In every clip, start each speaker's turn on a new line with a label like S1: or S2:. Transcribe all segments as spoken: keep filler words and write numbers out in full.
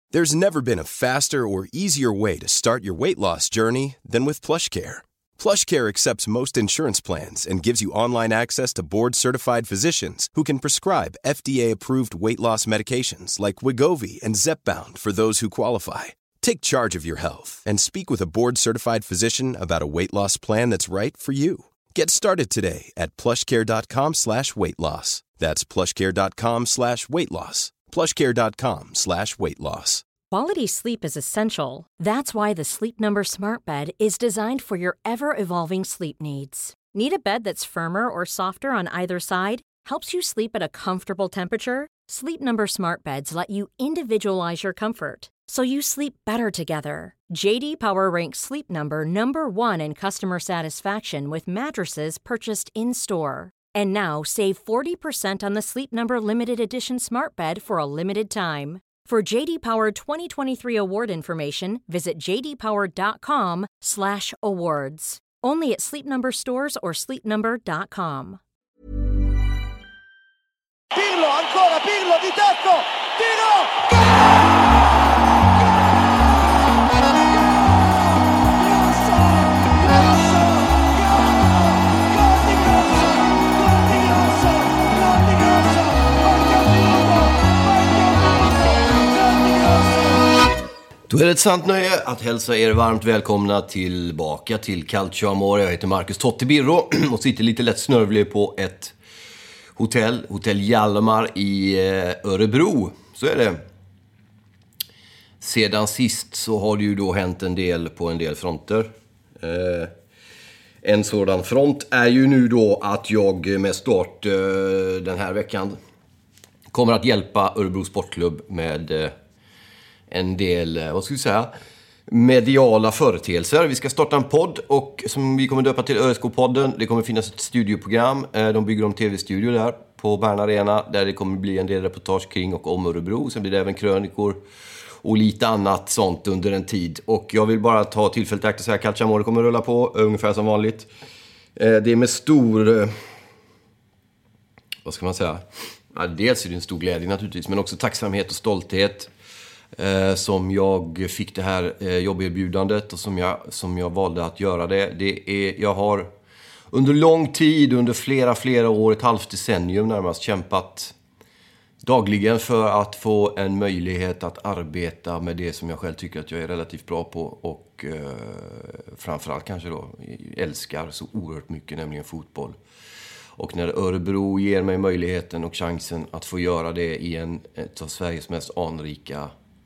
S1: There's never been a faster or easier way to start your weight loss journey than with PlushCare. PlushCare accepts most insurance plans and gives you online access to board-certified physicians who can prescribe F D A-approved weight loss medications like Wegovy and Zepbound for those who qualify. Take charge of your health and speak with a board-certified physician about a weight loss plan that's right for you. Get started today at plushcare.com slash weight loss. That's plushcare.com slash weight loss. plushcare.com slash weight loss.
S2: Quality sleep is essential. That's why the Sleep Number Smart Bed is designed for your ever-evolving sleep needs. Need a bed that's firmer or softer on either side? Helps you sleep at a comfortable temperature? Sleep Number Smart Beds let you individualize your comfort, so you sleep better together. J D Power ranks Sleep Number number one in customer satisfaction with mattresses purchased in-store. And now, save forty percent on the Sleep Number Limited Edition Smart Bed for a limited time. For J D Power twenty twenty-three award information, visit jdpower.com slash awards. Only at Sleep Number stores or sleep number dot com.
S3: Pirlo, ancora Pirlo di tacco, tiro!
S4: Då är det ett sant nöje att hälsa er varmt välkomna tillbaka till Calcio Amore. Jag heter Marcus Totti Birro och sitter lite lätt snörvlig på ett hotell, Hotell Hjalmar i Örebro. Så är det. Sedan sist så har det ju då hänt en del på en del fronter. Eh, en sådan front är ju nu då att jag med start eh, den här veckan kommer att hjälpa Örebro Sportklubb med eh, en del, vad ska vi säga, mediala företeelser. Vi ska starta en podd och som vi kommer döpa till Ö S K-podden. Det kommer finnas ett studioprogram. De bygger om tv-studio där på Bern Arena där det kommer bli en del reportage kring och om Örebro. Sen blir det även krönikor och lite annat sånt under en tid. Och jag vill bara ta tillfället att säga att Calcio Amore kommer rulla på ungefär som vanligt. Det är med stor, vad ska man säga? Ja, dels är det en stor glädje naturligtvis, men också tacksamhet och stolthet. Eh, som jag fick det här eh, jobberbjudandet och som jag, som jag valde att göra det. det är, jag har under lång tid, under flera, flera år, ett halvt decennium närmast kämpat dagligen för att få en möjlighet att arbeta med det som jag själv tycker att jag är relativt bra på och eh, framförallt kanske då älskar så oerhört mycket, nämligen fotboll. Och när Örebro ger mig möjligheten och chansen att få göra det i en ett av Sveriges mest anrika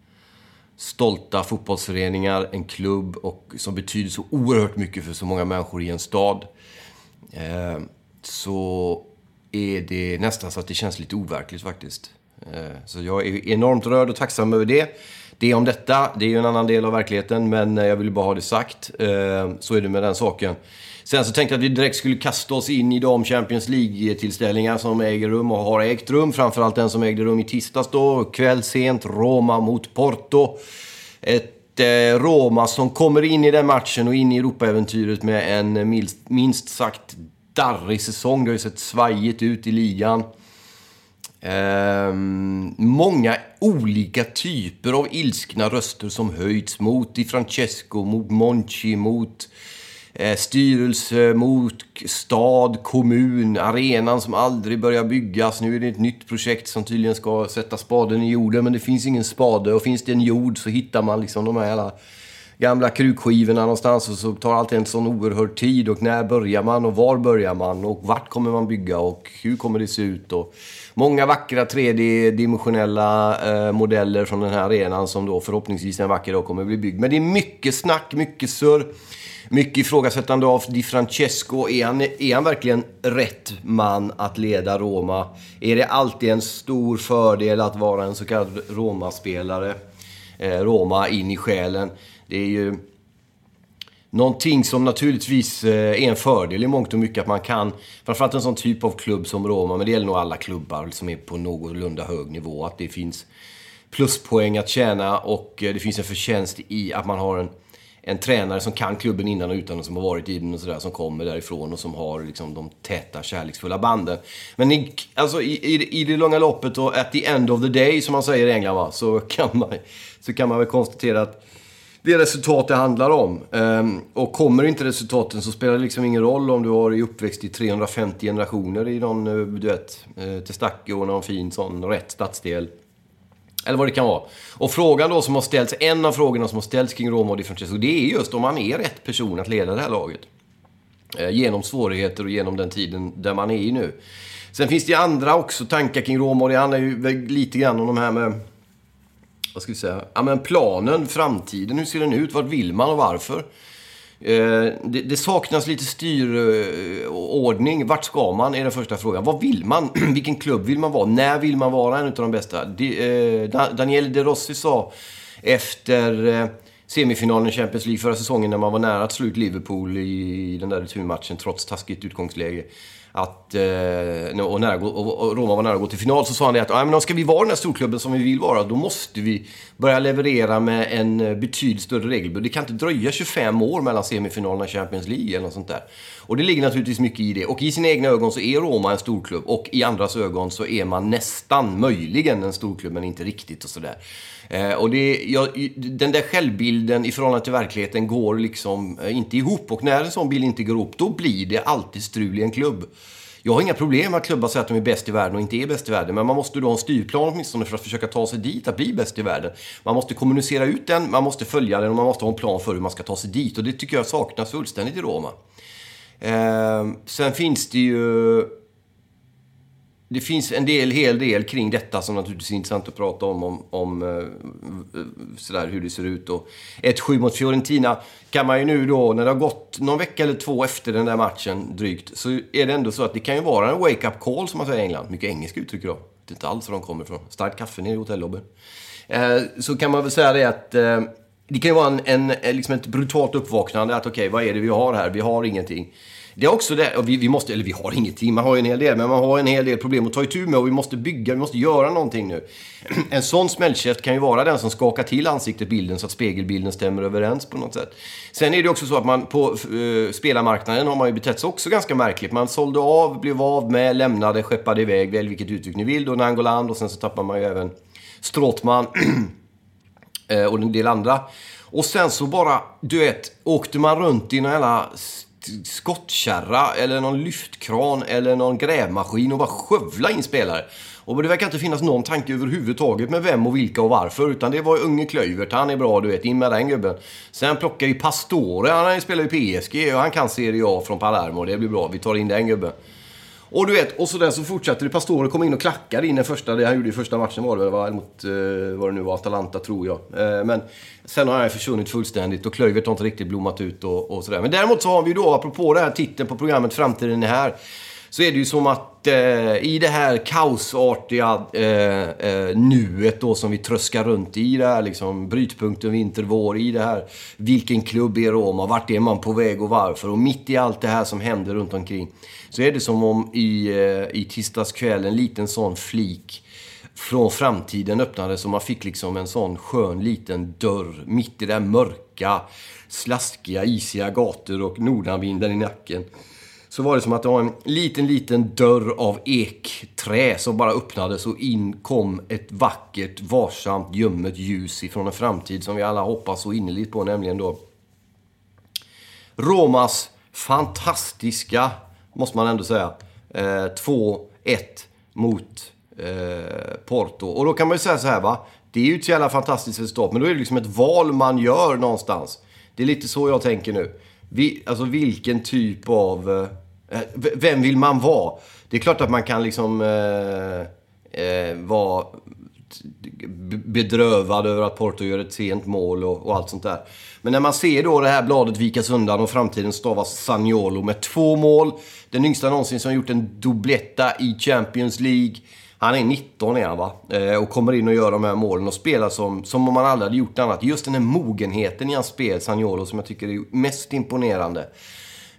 S4: stolta fotbollsföreningar, en klubb och som betyder så oerhört mycket för så många människor i en stad, eh, så är det nästan så att det känns lite overkligt faktiskt. Eh, så jag är enormt rörd och tacksam över det. Det är om detta, det är ju en annan del av verkligheten, men jag vill bara ha det sagt. Eh, så är det med den saken. Sen så tänkte jag att vi direkt skulle kasta oss in i de Champions League-tillställningar som äger rum och har ägt rum. Framförallt den som ägde rum i tisdags då, kväll sent, Roma mot Porto. Ett eh, Roma som kommer in i den matchen och in i Europa-äventyret med en minst, minst sagt darrig säsong. Det har ju sett svajigt ut i ligan. Eh, många olika typer av ilskna röster som höjts mot Di Francesco, mot Monchi, mot Eh, styrelse, mot stad, kommun, arenan som aldrig börjar byggas. Nu är det ett nytt projekt som tydligen ska sätta spaden i jorden, men det finns ingen spade. Och finns det en jord så hittar man liksom de här alla gamla krukskivorna någonstans och så tar allt en sån oerhörd tid. Och när börjar man och var börjar man och vart kommer man bygga och hur kommer det se ut? Och många vackra tredimensionella eh, modeller från den här arenan som då förhoppningsvis en vacker dag kommer bli byggd. Men det är mycket snack, mycket surr. Mycket ifrågasättande av Di Francesco. Är han, är han verkligen rätt man att leda Roma? Är det alltid en stor fördel att vara en så kallad Roma-spelare? Eh, Roma in i själen. Det är ju någonting som naturligtvis är en fördel i mångt och mycket att man kan, framförallt en sån typ av klubb som Roma, men det gäller nog alla klubbar som är på någorlunda hög nivå, att det finns pluspoäng att tjäna och det finns en förtjänst i att man har en en tränare som kan klubben innan och utan och som har varit i den och sådär, som kommer därifrån och som har liksom de täta, kärleksfulla banden. Men i, alltså, i, i, i det långa loppet och at the end of the day, som man säger i England, va, så, kan man, så kan man väl konstatera att det är resultat det handlar om. Um, och kommer inte resultaten så spelar det liksom ingen roll om du har uppväxt i trehundrafemtio generationer i någon, du vet, Testacke och någon fin sån rätt stadsdel. Eller vad det kan vara. Och frågan då som har ställts, en av frågorna som har ställts kring Roma och Di Francesco, det är just om man är rätt person att leda det här laget. Eh, genom svårigheter och genom den tiden där man är i nu. Sen finns det andra också tankar kring Roma, och det handlar ju lite grann om de här med, vad ska vi säga, ja, men planen, framtiden, hur ser den ut, vad vill man och varför? Eh, det, det saknas lite styrordning. Eh, Vart ska man, är den första frågan. Vad vill man? Vilken klubb vill man vara? När vill man vara en av de bästa? De, eh, Daniele De Rossi sa efter eh, semifinalen i Champions League förra säsongen, när man var nära att slå ut Liverpool i den där returmatchen trots taskigt utgångsläge, att, eh, och, nära, och, och Roma var nära att gå till final, så sa han det att ah, men ska vi vara den här storklubben som vi vill vara, då måste vi börja leverera med en betydligt större regelbud. Det kan inte dröja tjugofem år mellan semifinalerna i Champions League eller något sånt där. Och det ligger naturligtvis mycket i det. Och i sina egna ögon så är Roma en storklubb, och i andras ögon så är man nästan möjligen en storklubb, men inte riktigt och sådär. Eh, och det, ja, den där självbilden i förhållande till verkligheten går liksom eh, inte ihop, och när en sån bild inte går ihop, då blir det alltid strul i en klubb. Jag har inga problem med att klubbar säger att de är bäst i världen och inte är bäst i världen, men man måste då ha en styrplan åtminstone för att försöka ta sig dit att bli bäst i världen. Man måste kommunicera ut den, man måste följa den, och man måste ha en plan för hur man ska ta sig dit, och det tycker jag saknas fullständigt i Roma. Eh, sen finns det ju Det finns en del, hel del kring detta som naturligtvis är intressant att prata om, om, om sådär, hur det ser ut. Och ett sju mot Fiorentina kan man ju nu då, när det har gått någon vecka eller två efter den där matchen drygt, så är det ändå så att det kan ju vara en wake-up call, som man säger i England. Mycket engelska uttryck då. Det är inte alls var de kommer ifrån. Starkt kaffe ner i hotellobben. Eh, så kan man väl säga det att eh, det kan ju vara en, en, liksom ett brutalt uppvaknande att okej, okay, vad är det vi har här? Vi har ingenting. Det är också det, och vi, vi måste, eller vi har ingenting, man har ju en hel del, men man har en hel del problem att ta itu med, och vi måste bygga, vi måste göra någonting nu. En sån smällkäft kan ju vara den som skakar till ansiktet, bilden, så att spegelbilden stämmer överens på något sätt. Sen är det också så att man på uh, spelarmarknaden har man ju betett sig också ganska märkligt. Man sålde av, blev av med, lämnade, skeppade iväg, väl vilket uttryck ni vill, då Nangoland, och sen så tappar man ju även Strootman och en del andra. Och sen så bara, du vet, åkte man runt i någon jävla skottkärra eller någon lyftkran eller någon grävmaskin och bara skövla in spelare. Och det verkar inte finnas någon tanke överhuvudtaget med vem och vilka och varför, utan det var ju unge Klövert, han är bra, du vet, in med den gubben. Sen plockar ju Pastore, han spelar ju P S G och han kan Serie A från Palermo, det blir bra, vi tar in den gubben. Och du vet, och så där så fortsatte det. Pastore kom in och klackade in den första, det han gjorde i första matchen var det, var mot, uh, vad det nu var, Atalanta tror jag. Uh, men sen har han försvunnit fullständigt, och Klövert har inte riktigt blommat ut och, och sådär. Men däremot så har vi då, apropå det här titeln på programmet Framtiden är här, så är det ju som att eh, i det här kaosartiga eh, eh, nuet då som vi tröskar runt i det här liksom, brytpunkten vinter, vår, i det här, vilken klubb är Roma, vart är man på väg och varför, och mitt i allt det här som händer runt omkring, så är det som om i, eh, i tisdagskväll en liten sån flik från framtiden öppnade, så man fick liksom en sån skön liten dörr mitt i det där mörka, slaskiga, isiga gator och nordanvinden i nacken. Så var det som att det var en liten, liten dörr av ekträ som bara öppnades, och in kom ett vackert, varsamt, gömmet ljus ifrån en framtid som vi alla hoppas så innerligt på, nämligen då Romas fantastiska, måste man ändå säga, eh, två ett mot eh, Porto. Och då kan man ju säga så här, va? Det är ju ett jävla fantastiskt resultat, men då är det liksom ett val man gör någonstans. Det är lite så jag tänker nu. Vi, alltså vilken typ av... Eh, vem vill man vara? Det är klart att man kan liksom eh, eh, vara bedrövad över att Porto gör ett sent mål och, och allt sånt där. Men när man ser då det här bladet vikas undan och framtiden stavas Zaniolo med två mål. Den yngsta någonsin som gjort en dubbletta i Champions League. Han är nitton är han, va? Eh, och kommer in och gör de här målen och spelar som, som om man aldrig hade gjort annat. Just den här mogenheten i hans spel, Zaniolo, som jag tycker är mest imponerande.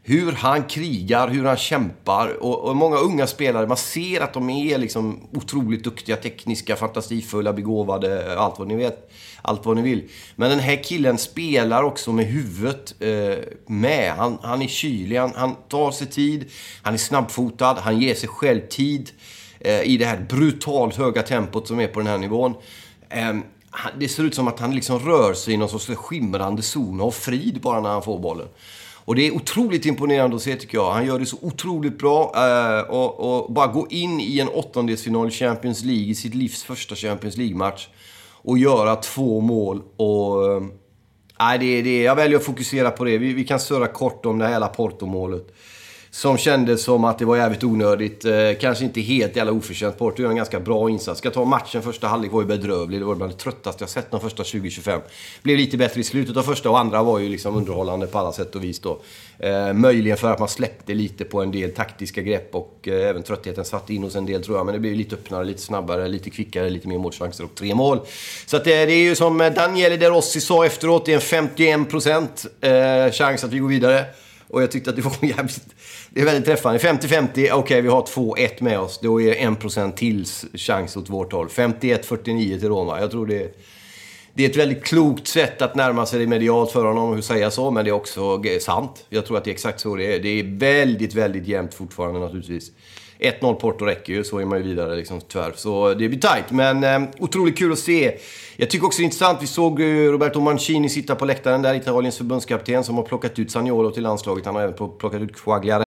S4: hur han krigar, hur han kämpar. Och, och många unga spelare, man ser att de är liksom otroligt duktiga, tekniska, fantasifulla, begåvade, allt vad ni vet. Allt vad ni vill. Men den här killen spelar också med huvudet eh, med. Han, han är kylig, han, han tar sig tid, han är snabbfotad, han ger sig själv tid eh, i det här brutalt höga tempot som är på den här nivån. Eh, det ser ut som att han liksom rör sig i någon sorts skimrande zon och frid bara när han får bollen. Och det är otroligt imponerande att se, tycker jag. Han gör det så otroligt bra. Eh, och, och bara gå in i en åttondelsfinal i Champions League, i sitt livs första Champions League-match. Och göra två mål. Och nej, det, det, jag väljer att fokusera på det. Vi, vi kan surra kort om det här Porto-målet. Som kändes som att det var jävligt onödigt. Eh, kanske inte helt jävla oförtjänt. Porto gör en ganska bra insats. Ska ta matchen, första halvlek var ju bedrövlig. Det var bland det tröttaste jag sett de första tjugo till tjugofem. Blev lite bättre i slutet av första, och andra var ju liksom underhållande på alla sätt och vis då. Eh, möjligen för att man släppte lite på en del taktiska grepp, och eh, även tröttheten satt in hos en del, tror jag. Men det blev lite öppnare, lite snabbare, lite kvickare, lite mer målchanser och tre mål. Så att det, det är ju som Daniele De Rossi sa efteråt, det är en femtioen procent eh, chans att vi går vidare. Och jag tyckte att det var jävligt, det är väldigt träffande. femtio femtio, okej, okay, vi har två ett med oss. Då är en procent till chans åt vårt håll. femtioett fyrtionio till Roma. Jag tror det, det är ett väldigt klokt sätt att närma sig det medialt för honom, hur säga så. Men det är också sant. Jag tror att det är exakt så det är. Det är väldigt, väldigt jämnt fortfarande naturligtvis. ett noll Porto räcker ju, så är man ju vidare liksom tyvärr. Så det blir tajt, men eh, otroligt kul att se. Jag tycker också det är intressant, vi såg eh, Roberto Mancini sitta på läktaren där, Italiens förbundskapten, som har plockat ut Zaniolo till landslaget. Han har även plockat ut Quagliare.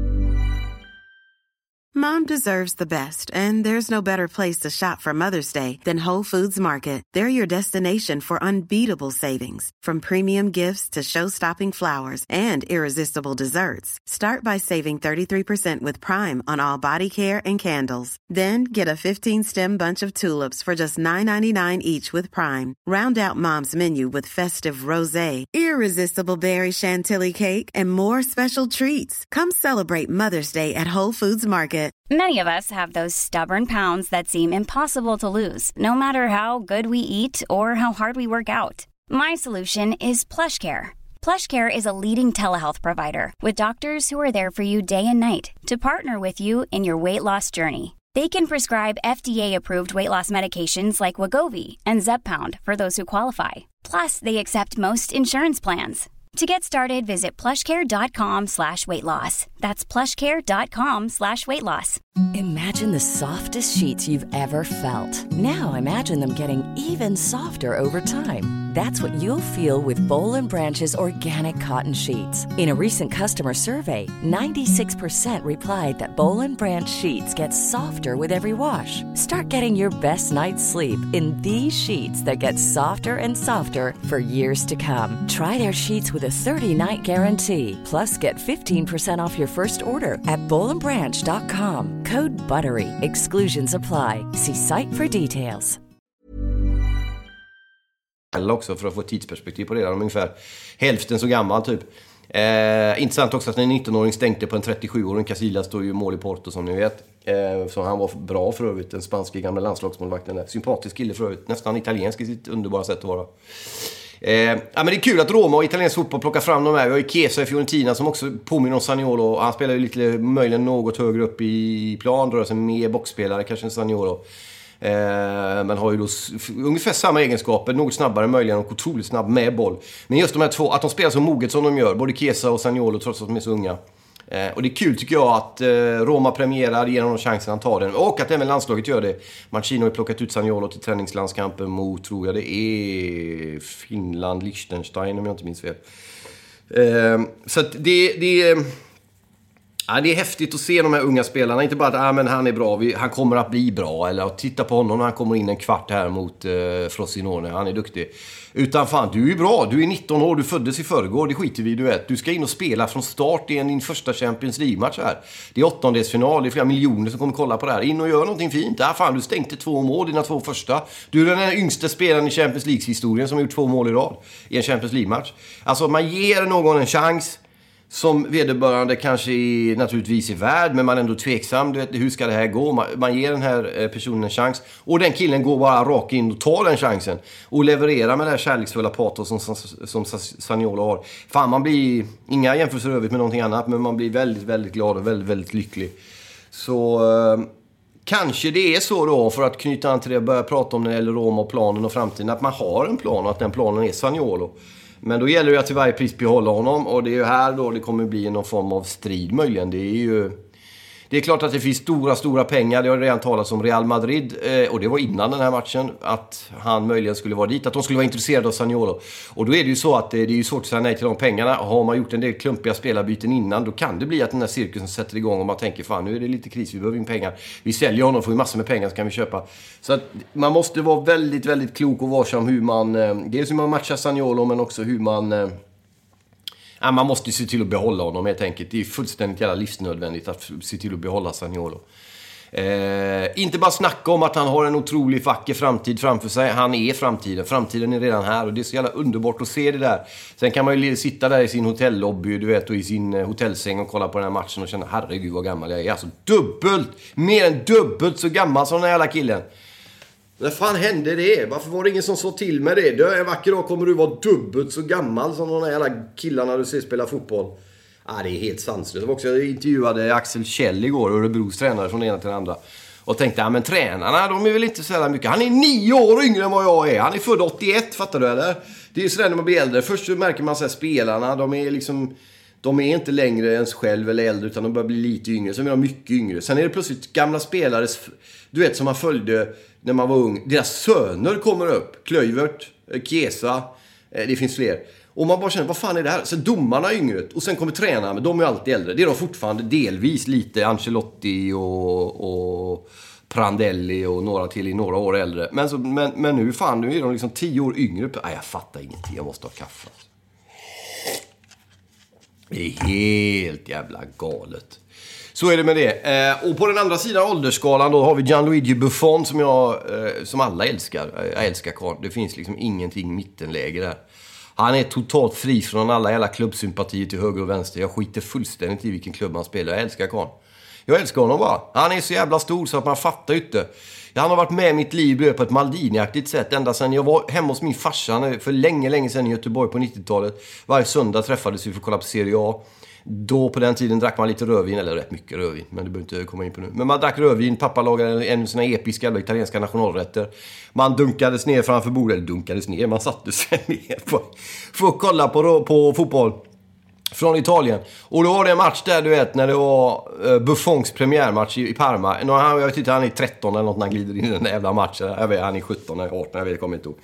S5: Mom deserves the best, and there's no better place to shop for Mother's Day than Whole Foods Market. They're your destination for unbeatable savings, from premium gifts to show-stopping flowers and irresistible desserts. Start by saving thirty-three percent with Prime on all body care and candles. Then get a fifteen-stem bunch of tulips for just nine ninety-nine each with Prime. Round out Mom's menu with festive rosé, irresistible berry chantilly cake, and more special treats. Come celebrate Mother's Day at Whole Foods Market.
S6: Many of us have those stubborn pounds that seem impossible to lose, no matter how good we eat or how hard we work out. My solution is PlushCare. PlushCare is a leading telehealth provider with doctors who are there for you day and night to partner with you in your weight loss journey. They can prescribe F D A-approved weight loss medications like Wegovy and Zepbound for those who qualify. Plus, they accept most insurance plans. To get started, visit plushcare.com slash weight loss. That's plushcare.com slash weight loss.
S7: Imagine the softest sheets you've ever felt. Now imagine them getting even softer over time. That's what you'll feel with Boll and Branch's organic cotton sheets. In a recent customer survey, ninety-six percent replied that Boll and Branch sheets get softer with every wash. Start getting your best night's sleep in these sheets that get softer and softer for years to come. Try their sheets with a thirty-night guarantee. Plus, get fifteen percent off your first order at boll and branch dot com. Code BUTTERY. Exclusions apply. See site for details.
S4: Också för att få tidsperspektiv på det. De är ungefär hälften så gammal typ. Eh, intressant också att en nittonåring stänkte på en trettiosjuåring. Casillas står ju mål i Porto som ni vet. Eh, så han var bra för övrigt. Den spanska gamla landslagsmålvakten där. Sympatisk kille för övrigt. Nästan italiensk i sitt underbara sätt att vara. Eh, ja, men det är kul att Roma och italiensk fotboll plockar fram de här. Vi har ju Chiesa i Fiorentina som också påminner om Zaniolo. Han spelar ju lite möjligen något högre upp i plan. Rör sig mer boxspelare kanske än Zaniolo. Eh, men har ju då s- ungefär samma egenskaper, något snabbare möjligen och otroligt snabb med boll. Men just de här två, att de spelar så moget som de gör, både Chiesa och Zaniolo, trots att de är så unga. Eh, och det är kul tycker jag att eh, Roma premierar genom de chansen han tar den. Och att även landslaget gör det. Mancini har ju plockat ut Zaniolo till träningslandskampen mot, tror jag det är Finland, Liechtenstein om jag inte minns fel. Eh, så att det, det Ja, det är häftigt att se de här unga spelarna. Inte bara att ah, men han är bra, vi, han kommer att bli bra. Eller att titta på honom när han kommer in en kvart här mot eh, Frosinone. Han är duktig. Utan fan, du är bra. Du är nitton år, du föddes i förrgår. Det skiter vi, du vet. Du ska in och spela från start i din första Champions League-match här. Det är åttondelsfinal, det är flera miljoner som kommer kolla på det här. In och gör någonting fint. Ah, fan, du stänkte två mål, dina två första. Du är den här yngsta spelaren i Champions League-historien som har gjort två mål i rad i en Champions League-match. Alltså, man ger någon en chans. som vederbörande kanske är, naturligtvis är värd, men man är ändå tveksam. Du vet, hur ska det här gå? Man, man ger den här personen en chans. Och den killen går bara rakt in och tar den chansen. Och levererar med det här kärleksfulla patos som, som, som Zaniolo har. Fan, man blir, inga jämförelser övrigt med någonting annat, men man blir väldigt, väldigt glad och väldigt, väldigt lycklig. Så eh, kanske det är så då, för att knyta an till det och börja prata om när det gäller Roma och planen och framtiden, att man har en plan och att den planen är Zaniolo. Men då gäller det att till varje pris behålla honom. Och det är ju här då det kommer bli någon form av strid möjligen. Det är ju... Det är klart att det finns stora, stora pengar. Det har redan talats om Real Madrid. Eh, och det var innan den här matchen. Att han möjligen skulle vara dit. Att de skulle vara intresserade av Zaniolo. Och då är det ju så att det, det är ju svårt att säga nej till de pengarna. Har man gjort en del klumpiga spelarbyten innan, då kan det bli att den här cirkusen sätter igång. Och man tänker, fan nu är det lite kris, vi behöver in pengar. Vi säljer honom, får vi massor med pengar så kan vi köpa. Så att man måste vara väldigt, väldigt klok och varsam hur man... Eh, dels hur man matchar Zaniolo, men också hur man... Eh, Ja, man måste se till att behålla honom helt enkelt. Det är fullständigt jävla livsnödvändigt att se till att behålla Zaniolo. Eh, inte bara snacka om att han har en otrolig vacker framtid framför sig. Han är framtiden. Framtiden är redan här och det är så jävla underbart att se det där. Sen kan man ju sitta där i sin hotellobby, du vet, och i sin hotellsäng och kolla på den här matchen och känna, herregud vad gammal jag är. Alltså dubbelt, mer än dubbelt så gammal som den här jävla killen. När fan hände det? Varför var det ingen som sa till med det? Du, en vacker dag kommer du vara dubbelt så gammal som de här jävla killarna du ser spela fotboll. Ah, det är helt sanslöst. Jag intervjuade Axel Kjell igår, Örebros tränare, från det ena till det andra. Och tänkte, ja men tränarna, de är väl inte så jävla mycket. Han är nio år yngre än vad jag är. Han är född åttioett, fattar du eller? Det är ju sådär när man blir äldre. Först så märker man så här, spelarna, de är liksom... De är inte längre ens själv eller äldre, utan de börjar bli lite yngre. Sen är de mycket yngre. Sen är det plötsligt gamla spelare, du vet, som man följde när man var ung. Deras söner kommer upp. Klöivert, Chiesa, det finns fler. Och man bara känner, vad fan är det här? Sen domarna är yngre. Och sen kommer tränarna, men de är alltid äldre. Det är de fortfarande delvis lite. Ancelotti och, och Prandelli och några till i några år äldre. Men, så, men, men nu fan, nu är de liksom tio år yngre. Nej, jag fattar ingenting. Jag måste ha kaffe. Det är helt jävla galet. Så är det med det. Eh, och på den andra sidan åldersskalan då har vi Gianluigi Buffon som jag eh, som alla älskar. Jag älskar karl. Det finns liksom ingenting mittenläge där. Han är totalt fri från alla jävla klubbsympatier till höger och vänster. Jag skiter fullständigt i vilken klubb han spelar. Jag älskar karl. Jag älskar honom bara. Han är så jävla stor så att man fattar inte. Han har varit med i mitt liv på ett Maldini-aktigt sätt. Ända sedan jag var hemma hos min farsa för länge, länge sedan i Göteborg på nittiotalet. Varje söndag träffades vi för att kolla på Serie A. Då på den tiden drack man lite rödvin, eller rätt mycket rödvin, men det behöver inte komma in på nu. Men man drack rödvin, pappa lagade en av sina episka eller italienska nationalrätter. Man dunkades ner framför bordet, eller dunkades ner, man satte sig ner på, för att kolla på, på fotboll från Italien. Och då var det en match där, du vet, när det var uh, Buffons premiärmatch i, i Parma. Nå, han, jag vet inte, han är tretton eller något när han glider in i den jävla matchen. Jag vet, han är sjutton eller arton, jag vet, jag kommer inte ihåg.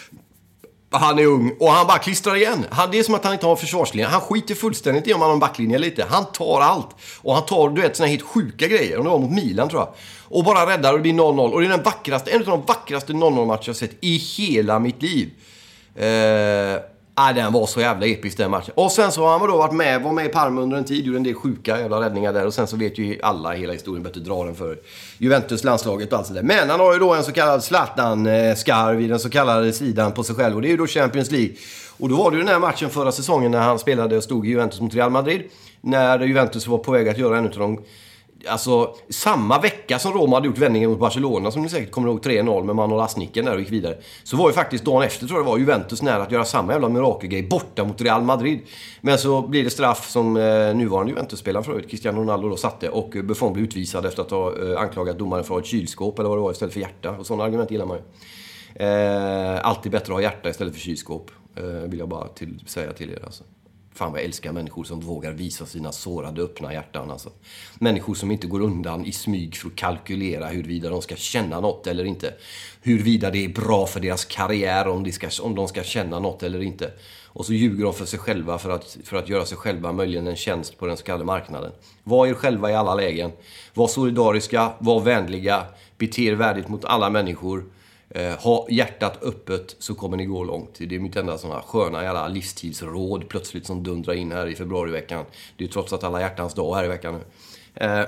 S4: Han är ung och han bara klistrar igen. Han, det är som att han inte har försvarslinje. Han skiter fullständigt i om han har en backlinje lite. Han tar allt. Och han tar, du vet, såna helt sjuka grejer. Om det var mot Milan, tror jag. Och bara räddar och det blir noll noll. Och det är den vackraste, en av de vackraste noll noll-matcher jag sett i hela mitt liv. Eh... Nej, den var så jävla episk den matchen. Och sen så har han då varit med, var med i Parma under en tid, gjorde en del sjuka jävla räddningar där. Och sen så vet ju alla hela historien, bättre dra den för Juventus landslaget och allt sådär. Men han har ju då en så kallad Zlatan-skarv i den så kallade sidan på sig själv. Och det är ju då Champions League. Och då var det ju den här matchen förra säsongen när han spelade och stod i Juventus mot Real Madrid. När Juventus var på väg att göra en av de... Alltså, samma vecka som Roma hade gjort vändningen mot Barcelona, som ni säkert kommer ihåg, tre noll med Manol Asniken där och gick vidare, så var ju faktiskt dagen efter, tror jag det var, Juventus nära att göra samma jävla mirakelgrej borta mot Real Madrid. Men så blir det straff som eh, nuvarande Juventus-spelaren förut, Cristiano Ronaldo då satte, och Buffon blev utvisad efter att ha eh, anklagat domaren för att ha ett kylskåp eller vad det var istället för hjärta. Och sådana argument gillar man ju. Eh, alltid bättre att ha hjärta istället för kylskåp, eh, vill jag bara till, säga till er alltså. Fan vad jag älskar människor som vågar visa sina sårade öppna hjärtan alltså. Människor som inte går undan i smyg för att kalkylera huruvida de ska känna något eller inte. Huruvida det är bra för deras karriär, om de ska, om de ska känna något eller inte. Och så ljuger de för sig själva för att, för att göra sig själva möjligen en tjänst på den så kallade marknaden. Var er själva i alla lägen. Var solidariska, var vänliga, bete er värdigt mot alla människor. Eh, ha hjärtat öppet så kommer ni gå långt. Det är mitt enda sådana sköna jävla livstidsråd plötsligt som dundrar in här i februariveckan. Det är trots att alla hjärtans dag här i veckan nu. Eh,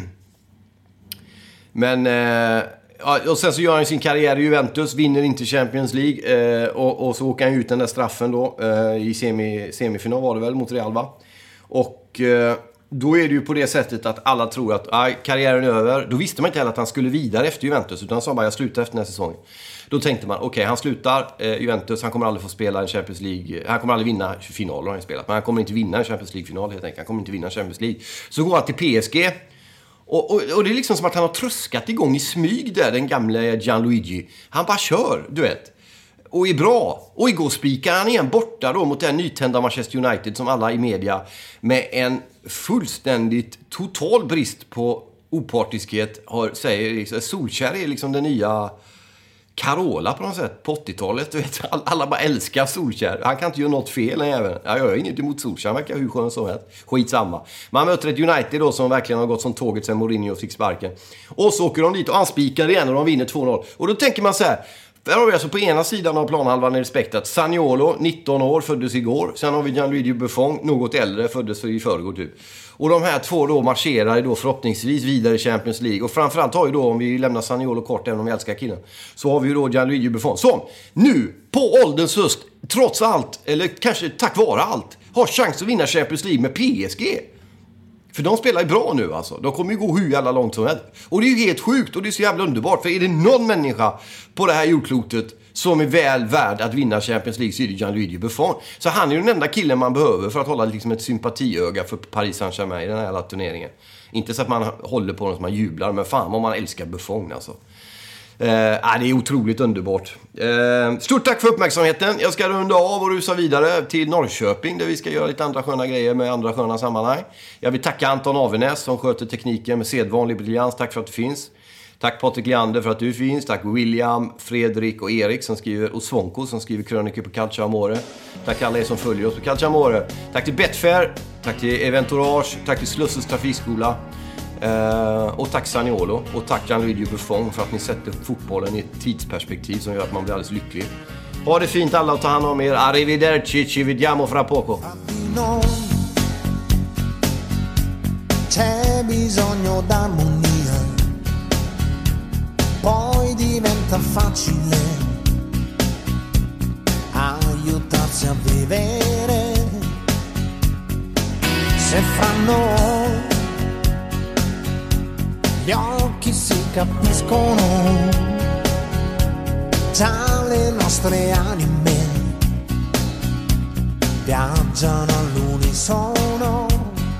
S4: men eh, ja, och sen så gör han sin karriär i Juventus, vinner inte Champions League eh, och, och så åker han ut den där straffen då eh, i semi, semifinal var det väl mot Real, va? Och eh, då är det ju på det sättet att alla tror att ah, karriären är över. Då visste man inte heller att han skulle vidare efter Juventus, utan han sa bara jag slutar efter den här säsongen. Då tänkte man, okej, okay, han slutar eh, Juventus, han kommer aldrig få spela en Champions League, han kommer aldrig vinna finaler har han spelat, men han kommer inte vinna en Champions League-final helt enkelt, han kommer inte vinna en Champions League. Så går han till P S G, och, och, och det är liksom som att han har tröskat igång i smyg där, den gamla Gianluigi. Han bara kör, du vet. Och är bra. Och igår spikar han igen borta då mot den nytända Manchester United som alla i media med en fullständigt total brist på opartiskhet har, säger Solskär är liksom den nya Carola på något sätt på åttiotalet. Du vet, alla bara älskar Solskär. Han kan inte göra något fel även. Jag gör inget emot Solskär, han verkar hur skön som helst. Skitsamma. Man möter ett United då som verkligen har gått som tåget sen Mourinho fick sparken. Och så åker de dit och anspikar igen och de vinner två noll. Och då tänker man så här. Där har vi alltså på ena sidan av planhalvan i respektat Zaniolo, nitton år, föddes igår. Sen har vi Gianluigi Buffon, något äldre, föddes i förrgår typ. Och de här två då marscherar då förhoppningsvis vidare i Champions League. Och framförallt har ju då, om vi lämnar Zaniolo kort, även om vi älskar killen, så har vi ju då Gianluigi Buffon som nu, på ålderns höst, trots allt, eller kanske tack vare allt, har chans att vinna Champions League med P S G. För de spelar ju bra nu alltså. De kommer ju gå hur alla långt som helst. Och det är ju helt sjukt och det är så jävla underbart. För är det någon människa på det här jordklotet som är väl värd att vinna Champions League så är det Gianluigi Buffon. Så han är ju den enda killen man behöver för att hålla liksom ett sympatiöga för Paris Saint-Germain i den här jävla turneringen. Inte så att man håller på något som man jublar, men fan vad man älskar Buffon alltså. Eh, det är otroligt underbart. Eh, stort tack för uppmärksamheten. Jag ska runda av och rusa vidare till Norrköping där vi ska göra lite andra sköna grejer med andra sköna sammanhang. Jag vill tacka Anton Avenäs som sköter tekniken med sedvanlig briljans. Tack för att du finns. Tack Patrik Leander för att du finns. Tack William, Fredrik och Erik som skriver, och Svonko som skriver krönikor på Calcio Amore. Tack alla er som följer oss på Calcio Amore. Tack till Betfair. Tack till Eventourage. Tack till Slussens trafikskola. Uh, och tack Zaniolo och tack Gianluigi Buffon för att ni sätter fotbollen i ett tidsperspektiv som gör att man blir alldeles lycklig. Ha det fint alla och ta hand om er. Arrivederci, ci vediamo fra poco.
S8: C'è bisogno d'armonia, poi diventa facile aiutarsi a vivere se fra noi gli occhi si capiscono, già le nostre anime viaggiano all'unisono.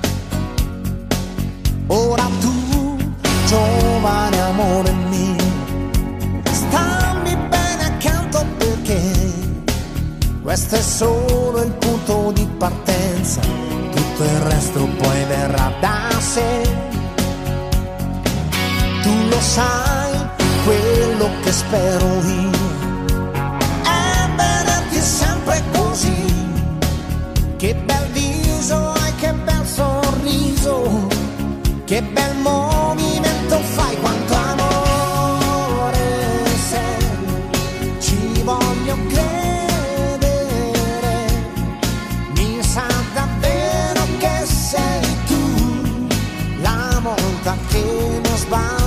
S8: Ora tu, giovane amore mio, stammi bene accanto perché questo è solo il punto di partenza, tutto il resto poi verrà da sé. Tu lo sai, quello che spero io è vederti sempre così. Che bel viso hai, che bel sorriso, che bel movimento fai, quanto amore sei, ci voglio credere, mi sa davvero che sei tu, la volta che non sbaglio.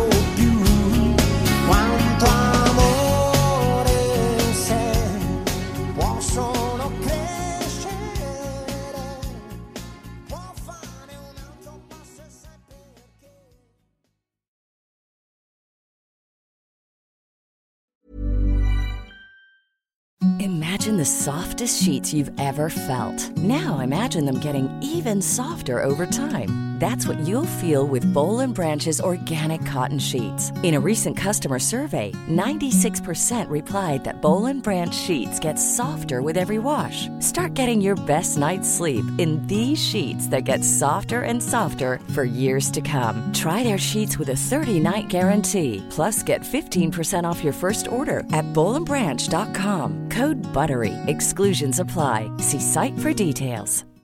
S7: Imagine the softest sheets you've ever felt. Now imagine them getting even softer over time. That's what you'll feel with Boll and Branch's organic cotton sheets. In a recent customer survey, ninety-six percent replied that Boll and Branch sheets get softer with every wash. Start getting your best night's sleep in these sheets that get softer and softer for years to come. Try their sheets with a thirty-night guarantee. Plus, get fifteen percent off your first order at boll and branch dot com. Code BUTTERY. Exclusions apply. See site for details.